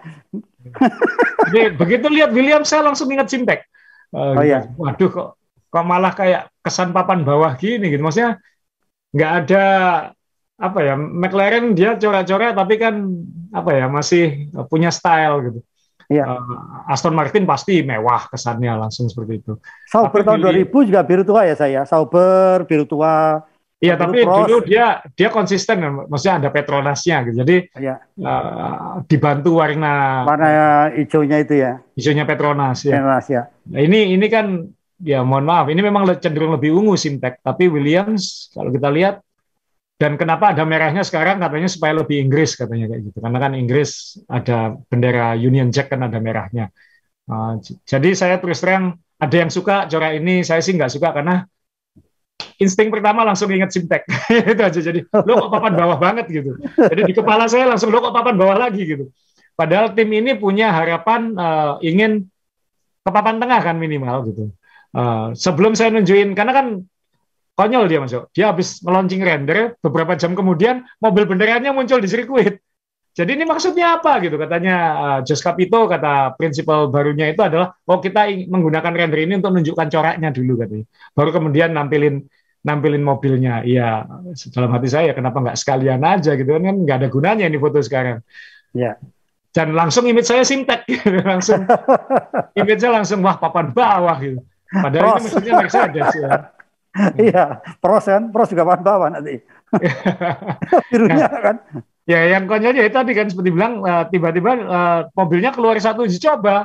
Jadi begitu lihat Williams saya langsung ingat Simtek. Oh Gitu. ya. Waduh kok malah kayak kesan papan bawah gini gitu. Maksudnya nggak ada apa ya, McLaren dia corak-corak tapi kan apa ya masih punya style gitu. Iya. Aston Martin pasti mewah kesannya langsung seperti itu. Sauber Tapi tahun 2000 juga biru tua ya saya. Sauber biru tua. iya, Dulu tapi Prost. dulu dia konsisten, maksudnya ada Petronasnya gitu. Jadi Ya. dibantu warna hijaunya itu ya. hijaunya Petronas ya. Petronas ya. Nah, ini kan ya mohon maaf, ini memang cenderung lebih ungu Simtek, tapi Williams kalau kita lihat dan kenapa ada merahnya sekarang katanya supaya lebih Inggris katanya kayak gitu. Karena kan Inggris ada bendera Union Jack kan ada merahnya. Jadi saya terus terang ada yang suka corak ini, saya sih nggak suka karena insting pertama langsung ingat Simtek. Itu aja. Jadi lo kok papan bawah banget gitu. Jadi di kepala saya langsung lo kok papan bawah lagi gitu. Padahal tim ini punya harapan ingin ke papan tengah kan minimal gitu. Sebelum saya nunjukin karena kan konyol dia masuk. Dia habis meluncing render, beberapa jam kemudian mobil benderanya muncul di sirkuit. Jadi ini maksudnya apa gitu katanya Jos Capito, kata prinsipal barunya itu adalah kita menggunakan render ini untuk menunjukkan coraknya dulu katanya. Baru kemudian nampilin mobilnya. Iya, dalam hati saya kenapa nggak sekalian aja gitu kan nggak ada gunanya ini foto sekarang. Ya. Dan langsung image saya Simtek gitu. Langsung image-nya langsung wah papan bawah gitu. Padahal ini maksudnya Mercedes ya. Iya, Prost juga papan bawah nanti. Birunya kan. Ya, yang konyolnya itu tadi kan seperti bilang tiba-tiba mobilnya keluar satu uji coba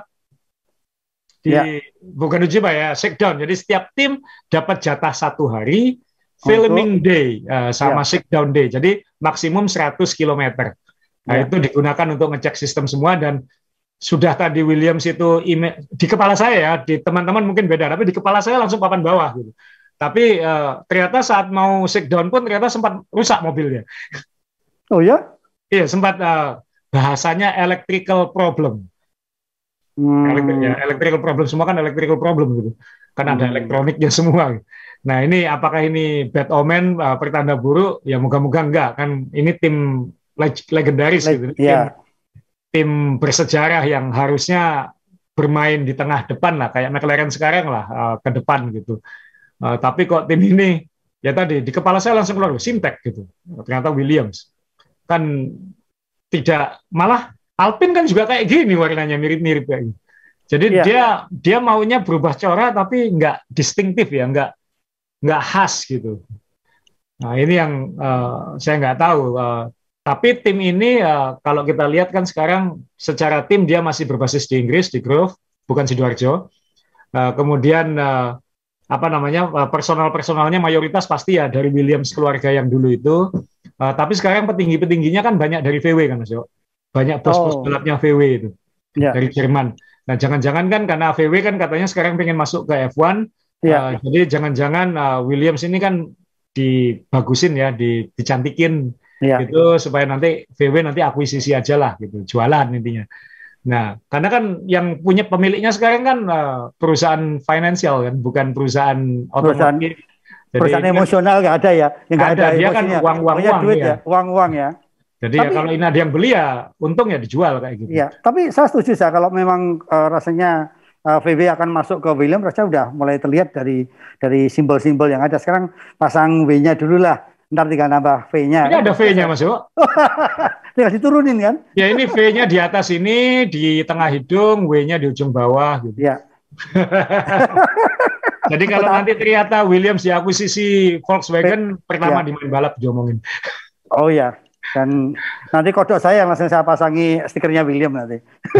bukan uji coba ya, shakedown. Jadi setiap tim dapat jatah 1 hari filming day sama shakedown day. Jadi maksimum 100 km. Nah, itu digunakan untuk ngecek sistem semua dan sudah tadi Williams itu di kepala saya ya, di teman-teman mungkin beda, tapi di kepala saya langsung papan bawah gitu. Tapi ternyata saat mau shakedown pun ternyata sempat rusak mobilnya. Oh ya? Iya, sempat bahasanya electrical problem. Electrical problem, semua kan electrical problem gitu. Kan ada elektroniknya semua. Nah, ini apakah ini bad omen, pertanda buruk? Ya moga-moga enggak. Kan ini tim legendaris gitu. Tim bersejarah yang harusnya bermain di tengah depan lah, kayak McLaren sekarang lah ke depan gitu. Tapi kok tim ini ya tadi di kepala saya langsung keluar Simtek gitu. Ternyata Williams. Kan tidak, malah Alpine kan juga kayak gini warnanya mirip-mirip kayak gitu. Jadi dia maunya berubah corak tapi nggak distinktif ya, nggak khas gitu. Nah ini yang saya nggak tahu. Tapi tim ini kalau kita lihat kan sekarang secara tim dia masih berbasis di Inggris di Grove, bukan Sidoarjo. Kemudian apa namanya personalnya mayoritas pasti ya dari Williams keluarga yang dulu itu. Tapi sekarang petingginya kan banyak dari VW kan Mas Jo. Banyak bos-bos balapnya VW itu dari Jerman. Nah jangan-jangan kan karena VW kan katanya sekarang pengen masuk ke F1, jadi jangan-jangan Williams ini kan dibagusin ya, dicantikin gitu supaya nanti VW nanti akuisisi aja lah gitu, jualan intinya. Nah karena kan yang punya pemiliknya sekarang kan perusahaan finansial kan, bukan perusahaan otomotif. Perusahaan emosional nggak ada ya, nggak ada, dia kan uang duit ya, uang ya. Jadi tapi, ya kalau ini ada yang beli ya untung ya dijual kayak gitu. Iya, tapi saya setuju sih kalau memang rasanya VW akan masuk ke Williams, rasanya udah mulai terlihat dari simbol-simbol yang ada. Sekarang pasang W-nya dulu lah, ntar tinggal nambah V-nya. Ini ada V-nya Mas Jo. Tinggal diturunin kan? Ya ini V-nya di atas ini, di tengah hidung, W-nya di ujung bawah gitu. Iya. Jadi kalau nanti ternyata Williams diakuisisi Volkswagen, pertama di main balap diomongin. Oh ya, Dan nanti kodok saya langsung saya pasangi stikernya William nanti.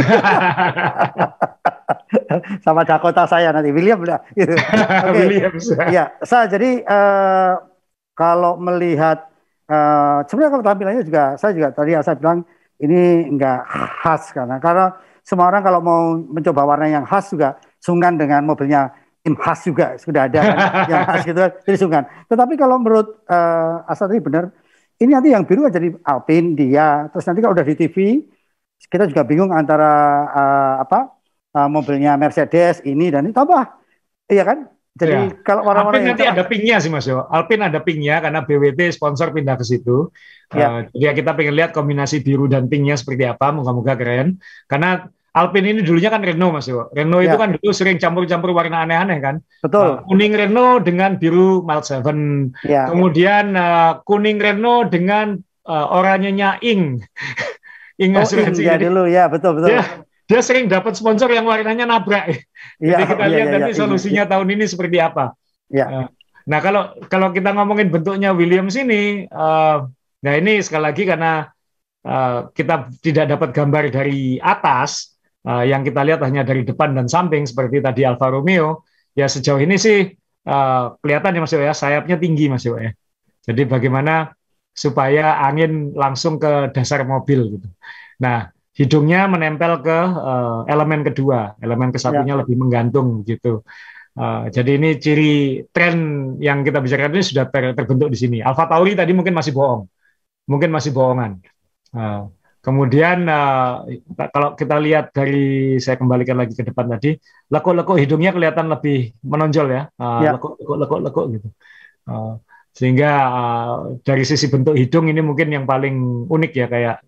Sama Dakota saya nanti William udah gitu. Oke. Williams. Ya, jadi kalau melihat sebenarnya kalau tampilannya juga saya juga tadi saya bilang ini enggak khas karena semua orang kalau mau mencoba warna yang khas juga sungkan dengan mobilnya tim khas juga sudah ada kan yang khas gitu jadi sungkan. Tetapi kalau menurut Asa tadi benar ini nanti yang biru jadi Alpine dia terus nanti kalau udah di TV kita juga bingung antara mobilnya Mercedes ini dan itu apa iya kan jadi Ya. kalau warna-warna Alpine yang nanti cerah ada pink-nya sih Mas Yo. Alpine ada pink-nya karena BWT sponsor pindah ke situ. ya Jadi kita pengen lihat kombinasi biru dan pink-nya seperti apa. Moga-moga keren. Karena Alpine ini dulunya kan Renault Mas Yo. Renault itu ya kan dulu sering campur-campur warna aneh-aneh kan. betul Kuning Renault dengan biru Mild 7. ya Kemudian kuning Renault dengan oranyenya Ing. Ing oh asuransi. ya Jadi dulu ya betul betul dia sering dapat sponsor yang warnanya nabrak. iya Jadi kita iya lihat iya nanti iya solusinya tahun ini seperti apa. iya Nah, kalau kita ngomongin bentuknya Williams ini, nah ini sekali lagi karena kita tidak dapat gambar dari atas, yang kita lihat hanya dari depan dan samping seperti tadi Alfa Romeo. Ya sejauh ini sih kelihatan ya Mas Yo ya, sayapnya tinggi Mas Yo ya. Jadi bagaimana supaya angin langsung ke dasar mobil gitu. Nah, hidungnya menempel ke elemen kedua, elemen ya kesatunya lebih menggantung gitu. Jadi ini ciri tren yang kita bicarakan ini sudah terbentuk di sini. Alfa Tauri tadi mungkin masih bohong, mungkin masih bohongan. Kemudian kalau kita lihat dari saya kembalikan lagi ke depan tadi, lekuk-lekuk hidungnya kelihatan lebih menonjol ya, ya lekuk-lekuk gitu. Sehingga dari sisi bentuk hidung ini mungkin yang paling unik ya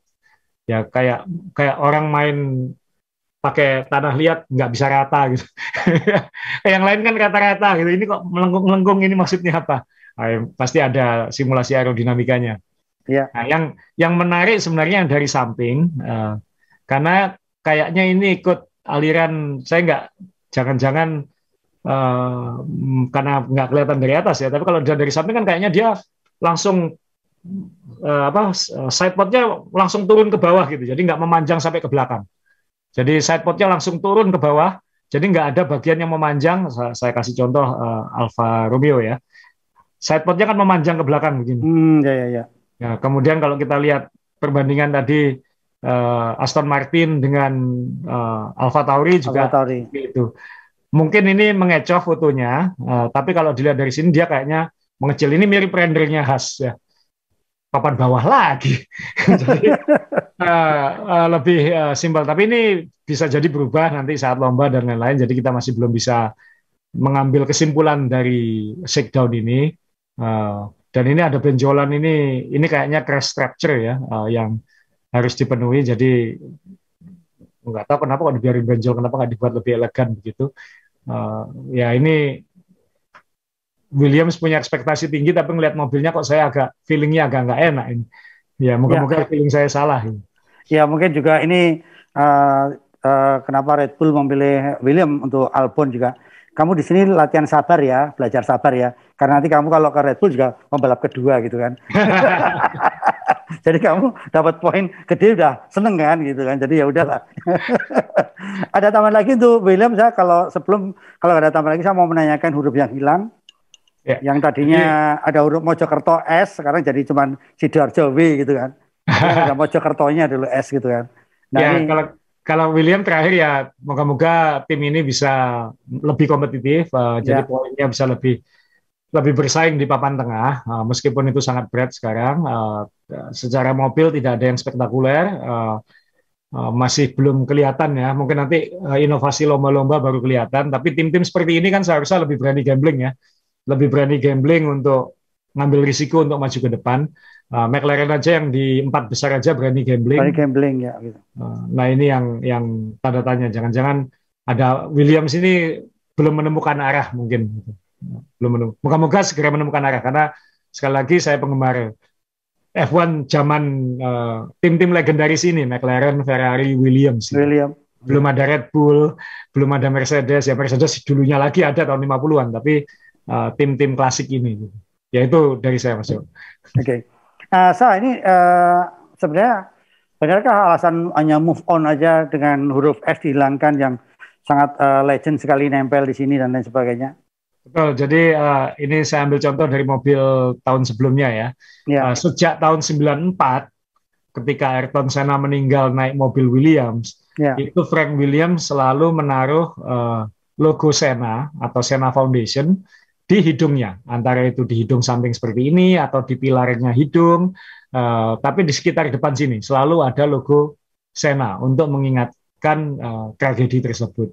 kayak orang main pakai tanah liat nggak bisa rata gitu. Yang lain kan rata-rata gitu. Ini kok melengkung-melengkung ini maksudnya apa? Pasti ada simulasi aerodinamikanya. ya Nah, yang menarik sebenarnya yang dari samping, karena kayaknya ini ikut aliran saya nggak jangan-jangan karena nggak kelihatan dari atas ya. Tapi kalau dari samping kan kayaknya dia langsung sidepodnya langsung turun ke bawah gitu. Jadi nggak memanjang sampai ke belakang. Jadi sidepodnya langsung turun ke bawah. Jadi nggak ada bagian yang memanjang. Saya kasih contoh Alfa Romeo ya. Sidepodnya kan memanjang ke belakang begini. ya ya ya Nah, kemudian kalau kita lihat perbandingan tadi Aston Martin dengan Alfa Tauri Alfa juga Tauri itu. Mungkin ini mengecoh fotonya, tapi kalau dilihat dari sini dia kayaknya mengecil. Ini mirip rendernya khas ya. Papan bawah lagi. Jadi lebih simpel. Tapi ini bisa jadi berubah nanti saat lomba dan lain-lain. Jadi kita masih belum bisa mengambil kesimpulan dari shakedown ini. Dan ini ada benjolan ini kayaknya crash structure ya yang harus dipenuhi. Jadi nggak tahu kenapa kok dibiarin benjol, kenapa nggak dibuat lebih elegan begitu. Ya ini Williams punya ekspektasi tinggi, tapi ngelihat mobilnya kok saya feelingnya agak nggak enak ini. Ya moga-moga feeling saya salah. Ya mungkin juga ini kenapa Red Bull memilih William untuk Albon juga. Kamu di sini latihan sabar ya, belajar sabar ya. Karena nanti kamu kalau ke Red Bull juga pembalap kedua gitu kan. Jadi kamu dapat poin gede udah seneng kan gitu kan. Jadi ya udahlah. Ada tambahan lagi untuk William saya kalau ada tambahan lagi saya mau menanyakan huruf yang hilang. Ya. Yang tadinya ada huruf Mojokerto S, sekarang jadi cuman Sidoarjo W gitu kan. Ada Mojokertonya dulu S gitu kan. Nah, ya, ini kalau William terakhir ya moga-moga tim ini bisa lebih kompetitif, jadi poinnya bisa lebih bersaing di papan tengah, meskipun itu sangat berat sekarang. Secara mobil tidak ada yang spektakuler, masih belum kelihatan ya. Mungkin nanti inovasi lomba-lomba baru kelihatan. Tapi tim-tim seperti ini kan seharusnya lebih berani gambling ya, lebih berani gambling untuk ngambil risiko untuk maju ke depan. McLaren aja yang di 4 besar aja berani gambling. Berani gambling ya. Gitu. Nah ini yang tanda tanya. Jangan-jangan ada Williams ini belum menemukan arah mungkin. Moga-moga segera menemukan arah karena sekali lagi saya penggemar F1 zaman tim-tim legendaris ini, McLaren, Ferrari, Williams. Belum ada Red Bull, belum ada Mercedes. Ya Mercedes dulunya lagi ada tahun 50-an, tapi tim-tim klasik ini. Ya itu dari saya Mas. Oke. Ini sebenarnya benarkah alasan hanya move on aja dengan huruf S dihilangkan yang sangat legend sekali nempel di sini dan lain sebagainya? Betul, jadi ini saya ambil contoh dari mobil tahun sebelumnya ya. Ya, Sejak tahun 94, ketika Ayrton Senna meninggal naik mobil Williams, ya, itu Frank Williams selalu menaruh logo Senna atau Senna Foundation di hidungnya. Antara itu di hidung samping seperti ini atau di pilarnya hidung, tapi di sekitar depan sini selalu ada logo Senna untuk mengingatkan tragedi tersebut.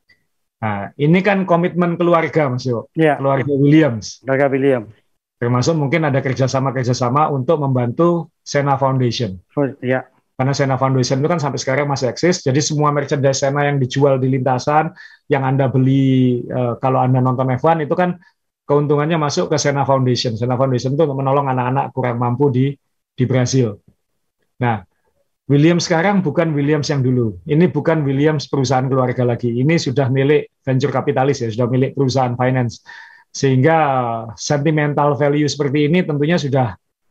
Nah, ini kan komitmen keluarga, Mas Yo, ya, keluarga Williams. Gaga William. Termasuk mungkin ada kerjasama-kerjasama untuk membantu Senna Foundation. Ya, Karena Senna Foundation itu kan sampai sekarang masih eksis, jadi semua merchandise Senna yang dijual di lintasan, yang Anda beli kalau Anda nonton F1, itu kan keuntungannya masuk ke Senna Foundation. Senna Foundation itu untuk menolong anak-anak kurang mampu di Brasil. Nah, Williams sekarang bukan Williams yang dulu. Ini bukan Williams perusahaan keluarga lagi. Ini sudah milik venture kapitalis ya, sudah milik perusahaan finance. Sehingga sentimental value seperti ini tentunya sudah,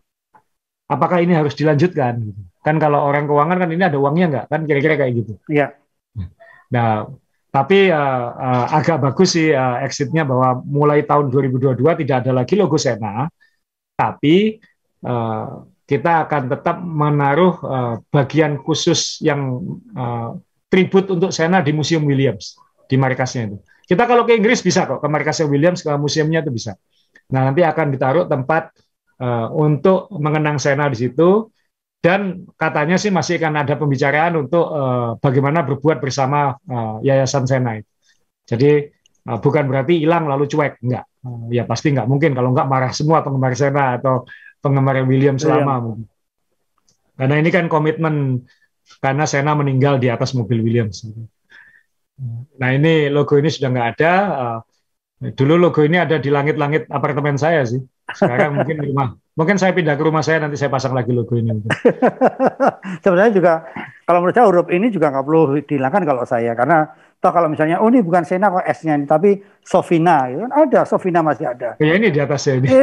apakah ini harus dilanjutkan? Kan kalau orang keuangan kan ini ada uangnya nggak? Kan kira-kira kayak gitu. ya, Nah, tapi agak bagus sih exitnya bahwa mulai tahun 2022 tidak ada lagi logo Sena, tapi kita akan tetap menaruh bagian khusus yang tribut untuk Sena di Museum Williams, di markasnya itu. Kita kalau ke Inggris bisa kok, ke markasnya Williams, ke museumnya itu bisa. Nah, nanti akan ditaruh tempat untuk mengenang Sena di situ, dan katanya sih masih akan ada pembicaraan untuk bagaimana berbuat bersama Yayasan Sena itu. Jadi bukan berarti hilang lalu cuek, enggak. Ya pasti enggak mungkin, kalau enggak marah semua penggemar Sena atau penggemar William selama. Karena ini kan komitmen, karena Sena meninggal di atas mobil Williams. Nah ini logo ini sudah nggak ada. Dulu logo ini ada di langit-langit apartemen saya sih. Sekarang mungkin di rumah. Mungkin saya pindah ke rumah saya, nanti saya pasang lagi logo ini. Sebenarnya juga kalau menurut saya huruf ini juga nggak perlu dihilangkan kalau saya, karena toh kalau misalnya ini bukan Sena kok S-nya ini, tapi Sofina, itu kan ada, Sofina masih ada. Ya ini di atasnya ini.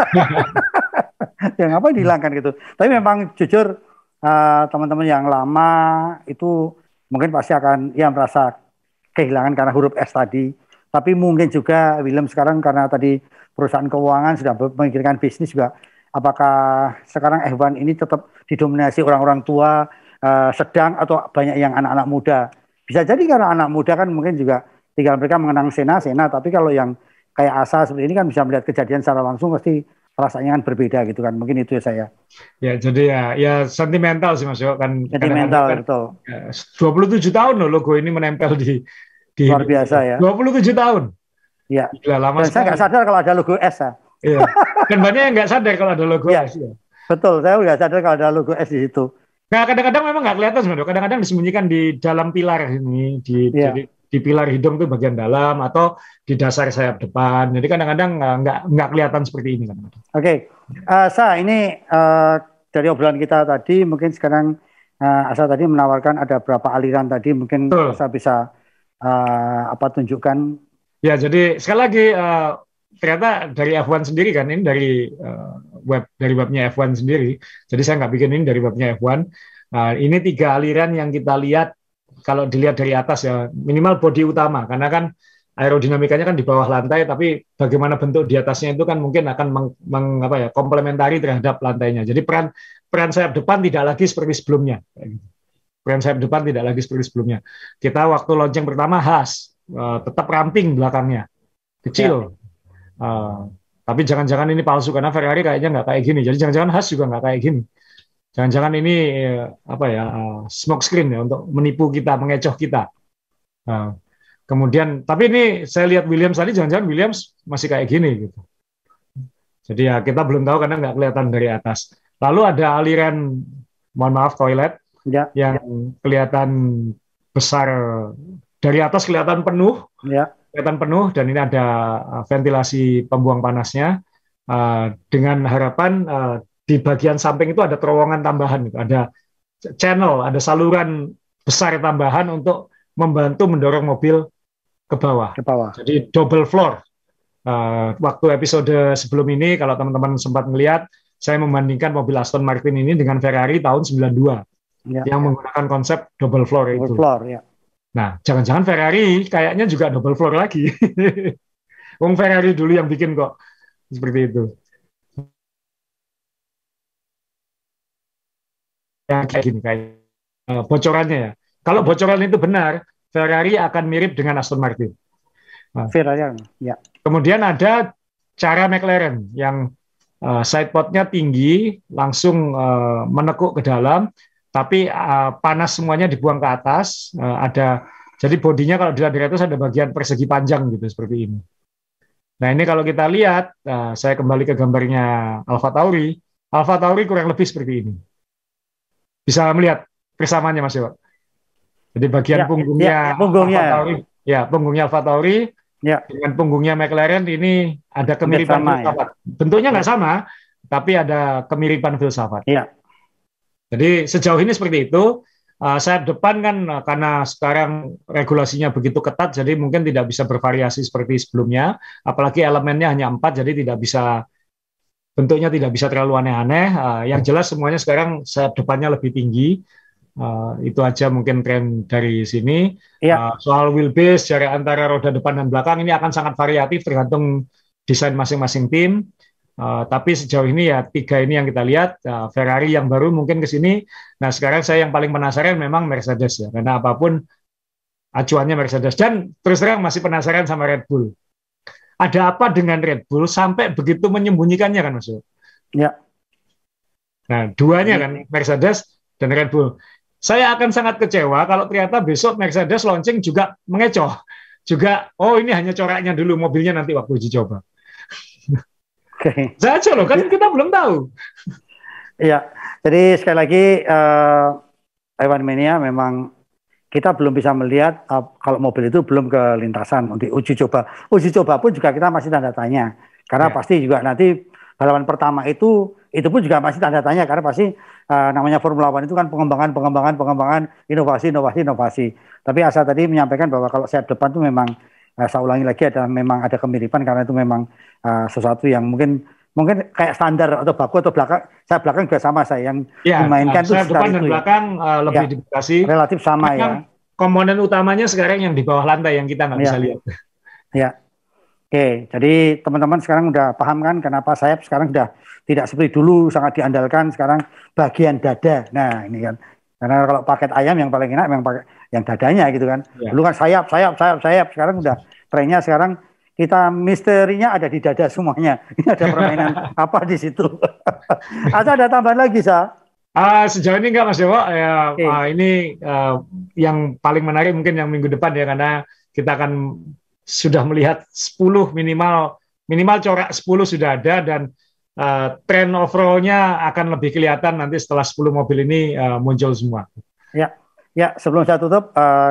Ya ngapain dihilangkan gitu. Tapi memang jujur teman-teman yang lama itu mungkin pasti akan ya merasa kehilangan karena huruf S tadi. Tapi mungkin juga William sekarang karena tadi perusahaan keuangan sudah memikirkan bisnis juga, apakah sekarang F1 ini tetap didominasi orang-orang tua sedang atau banyak yang anak-anak muda. Bisa jadi karena anak muda kan mungkin juga tinggal mereka mengenang Sena, tapi kalau yang kayak Asa seperti ini kan bisa melihat kejadian secara langsung, pasti rasanya kan berbeda gitu kan. Mungkin itu ya saya. Ya jadi ya sentimental sih Mas Yo kan. Sentimental Kan, betul. 27 tahun loh logo ini menempel di luar biasa ya. 27 tahun. Ya. Gila, lama dan sekali. Saya nggak sadar kalau ada logo S ya. Iya. Dan banyak yang nggak sadar kalau ada logo S. Ya. Betul, saya nggak sadar kalau ada logo S di situ. Nah kadang-kadang memang nggak kelihatan sebenarnya. Kadang-kadang disembunyikan di dalam pilar ini, di pilar hidung itu bagian dalam atau di dasar sayap depan. Jadi kadang-kadang nggak kelihatan seperti ini kan. Oke, ini dari obrolan kita tadi, mungkin sekarang Asa tadi menawarkan ada berapa aliran tadi, mungkin Asa bisa tunjukkan. Ya, jadi sekali lagi ternyata dari F1 sendiri kan, ini dari webnya F1 sendiri. Jadi saya nggak bikin ini dari webnya F1. Ini 3 aliran yang kita lihat kalau dilihat dari atas ya, minimal bodi utama, karena kan aerodinamikanya kan di bawah lantai, tapi bagaimana bentuk di atasnya itu kan mungkin akan komplementari terhadap lantainya. Jadi peran sayap depan tidak lagi seperti sebelumnya. Peran sayap depan tidak lagi seperti sebelumnya. Kita waktu launching pertama khas tetap ramping belakangnya, kecil. Tapi jangan-jangan ini palsu, karena Ferrari kayaknya nggak kayak gini. Jadi jangan-jangan Haas juga nggak kayak gini. Jangan-jangan ini smoke screen ya untuk menipu kita, mengecoh kita. Kemudian, tapi ini saya lihat Williams tadi, jangan-jangan Williams masih kayak gini gitu. Jadi ya kita belum tahu karena nggak kelihatan dari atas. Lalu ada aliran, mohon maaf, toilet yang kelihatan besar dari atas, kelihatan penuh. Kelihatan penuh, dan ini ada ventilasi pembuang panasnya dengan harapan di bagian samping itu ada terowongan tambahan, ada channel, ada saluran besar tambahan untuk membantu mendorong mobil ke bawah. Jadi double floor. Waktu episode sebelum ini kalau teman-teman sempat melihat, saya membandingkan mobil Aston Martin ini dengan Ferrari tahun 92 yang menggunakan konsep double floor itu. Double floor, ya. Nah, jangan-jangan Ferrari kayaknya juga double floor lagi. Wong Ferrari dulu yang bikin kok seperti itu. Ya, kayak gini, kayak bocorannya ya. Kalau bocoran itu benar, Ferrari akan mirip dengan Aston Martin. Nah, Ferrari, ya. Kemudian ada cara McLaren yang sidepodnya tinggi, langsung menekuk ke dalam, tapi panas semuanya dibuang ke atas. Jadi bodinya kalau dilihat dari atas ada bagian persegi panjang gitu seperti ini. Nah ini kalau kita lihat, saya kembali ke gambarnya Alfa Tauri. Alfa Tauri kurang lebih seperti ini. Bisa melihat persamaannya Mas Dewa. Jadi bagian punggungnya Alfa Tauri, punggungnya Alfa Tauri dengan punggungnya McLaren ini ada kemiripan filsafat. Bentuknya nggak sama, tapi ada kemiripan filsafat. Jadi sejauh ini seperti itu. Sayap depan kan karena sekarang regulasinya begitu ketat, jadi mungkin tidak bisa bervariasi seperti sebelumnya. Apalagi elemennya hanya 4, jadi tidak bisa, bentuknya tidak bisa terlalu aneh-aneh. Yang jelas semuanya sekarang sayap depannya lebih tinggi. Itu aja mungkin tren dari sini. Soal wheelbase, jarak antara roda depan dan belakang ini akan sangat variatif tergantung desain masing-masing tim. Tapi sejauh ini ya 3 ini yang kita lihat. Ferrari yang baru mungkin ke sini. Nah sekarang saya yang paling penasaran memang Mercedes ya, karena apapun acuannya Mercedes, dan terus terang masih penasaran sama Red Bull. Ada apa dengan Red Bull sampai begitu menyembunyikannya kan Mas? Ya. Nah duanya kan Mercedes dan Red Bull. Saya akan sangat kecewa kalau ternyata besok Mercedes launching juga mengecoh. Juga, oh ini hanya coraknya dulu, mobilnya nanti waktu uji coba. Saja loh, kan kita belum tahu. Iya, jadi sekali lagi F1 Mania memang kita belum bisa melihat kalau mobil itu belum ke lintasan untuk uji coba. Uji coba pun juga kita masih tanda tanya, karena pasti juga nanti balapan pertama itu pun juga masih tanda tanya, karena pasti namanya Formula One itu kan pengembangan, inovasi. Tapi Asa tadi menyampaikan bahwa kalau sayap depan itu memang saya ulangi lagi memang ada kemiripan, karena itu memang sesuatu yang mungkin kayak standar atau baku atau belakang. Saya belakang juga sama saya yang dimainkan itu depan dan belakang lebih dibatasi. Relatif sama ya. Komponen utamanya sekarang yang di bawah lantai yang kita nggak bisa lihat. Ya. Oke, jadi teman-teman sekarang udah paham kan kenapa sayap sekarang sudah tidak seperti dulu sangat diandalkan, sekarang bagian dada. Nah ini kan, karena kalau paket ayam yang paling enak memang pakai yang dadanya gitu kan. Dulu kan sayap. Sekarang udah trennya sekarang kita misterinya ada di dada semuanya. Ini ada permainan apa di situ? Ada tambahan lagi, Sa? Sejauh ini enggak Mas Dewo. Ini yang paling menarik mungkin yang minggu depan ya, karena kita akan sudah melihat 10 minimal corak 10 sudah ada, dan tren overall-nya akan lebih kelihatan nanti setelah 10 mobil ini muncul semua. Ya, sebelum saya tutup,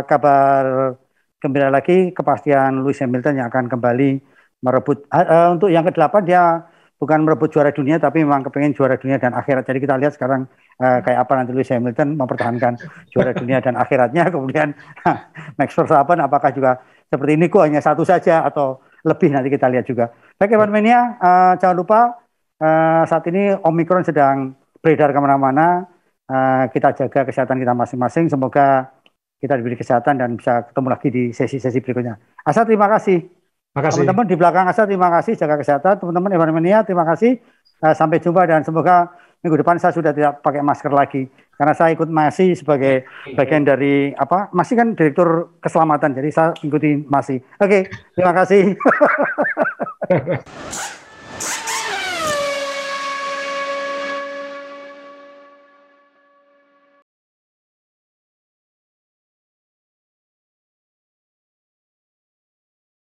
kabar gembira lagi, kepastian Lewis Hamilton yang akan kembali merebut untuk yang ke-8, dia bukan merebut juara dunia, tapi memang kepengen juara dunia dan akhirat. Jadi kita lihat sekarang kayak apa nanti Lewis Hamilton mempertahankan juara dunia dan akhiratnya. Kemudian Max Verstappen apakah juga seperti ini, kok hanya satu saja atau lebih, nanti kita lihat juga. Baik F1 Mania, jangan lupa saat ini Omicron sedang beredar kemana-mana. Kita jaga kesehatan kita masing-masing. Semoga kita diberi kesehatan dan bisa ketemu lagi di sesi-sesi berikutnya. Asa, terima kasih. Teman-teman di belakang Asa, terima kasih, jaga kesehatan. Teman-teman F1 Mania, terima kasih. Sampai jumpa, dan semoga minggu depan saya sudah tidak pakai masker lagi, karena saya ikut masih sebagai bagian dari masih kan direktur keselamatan, jadi saya ikuti masih. Oke, terima kasih.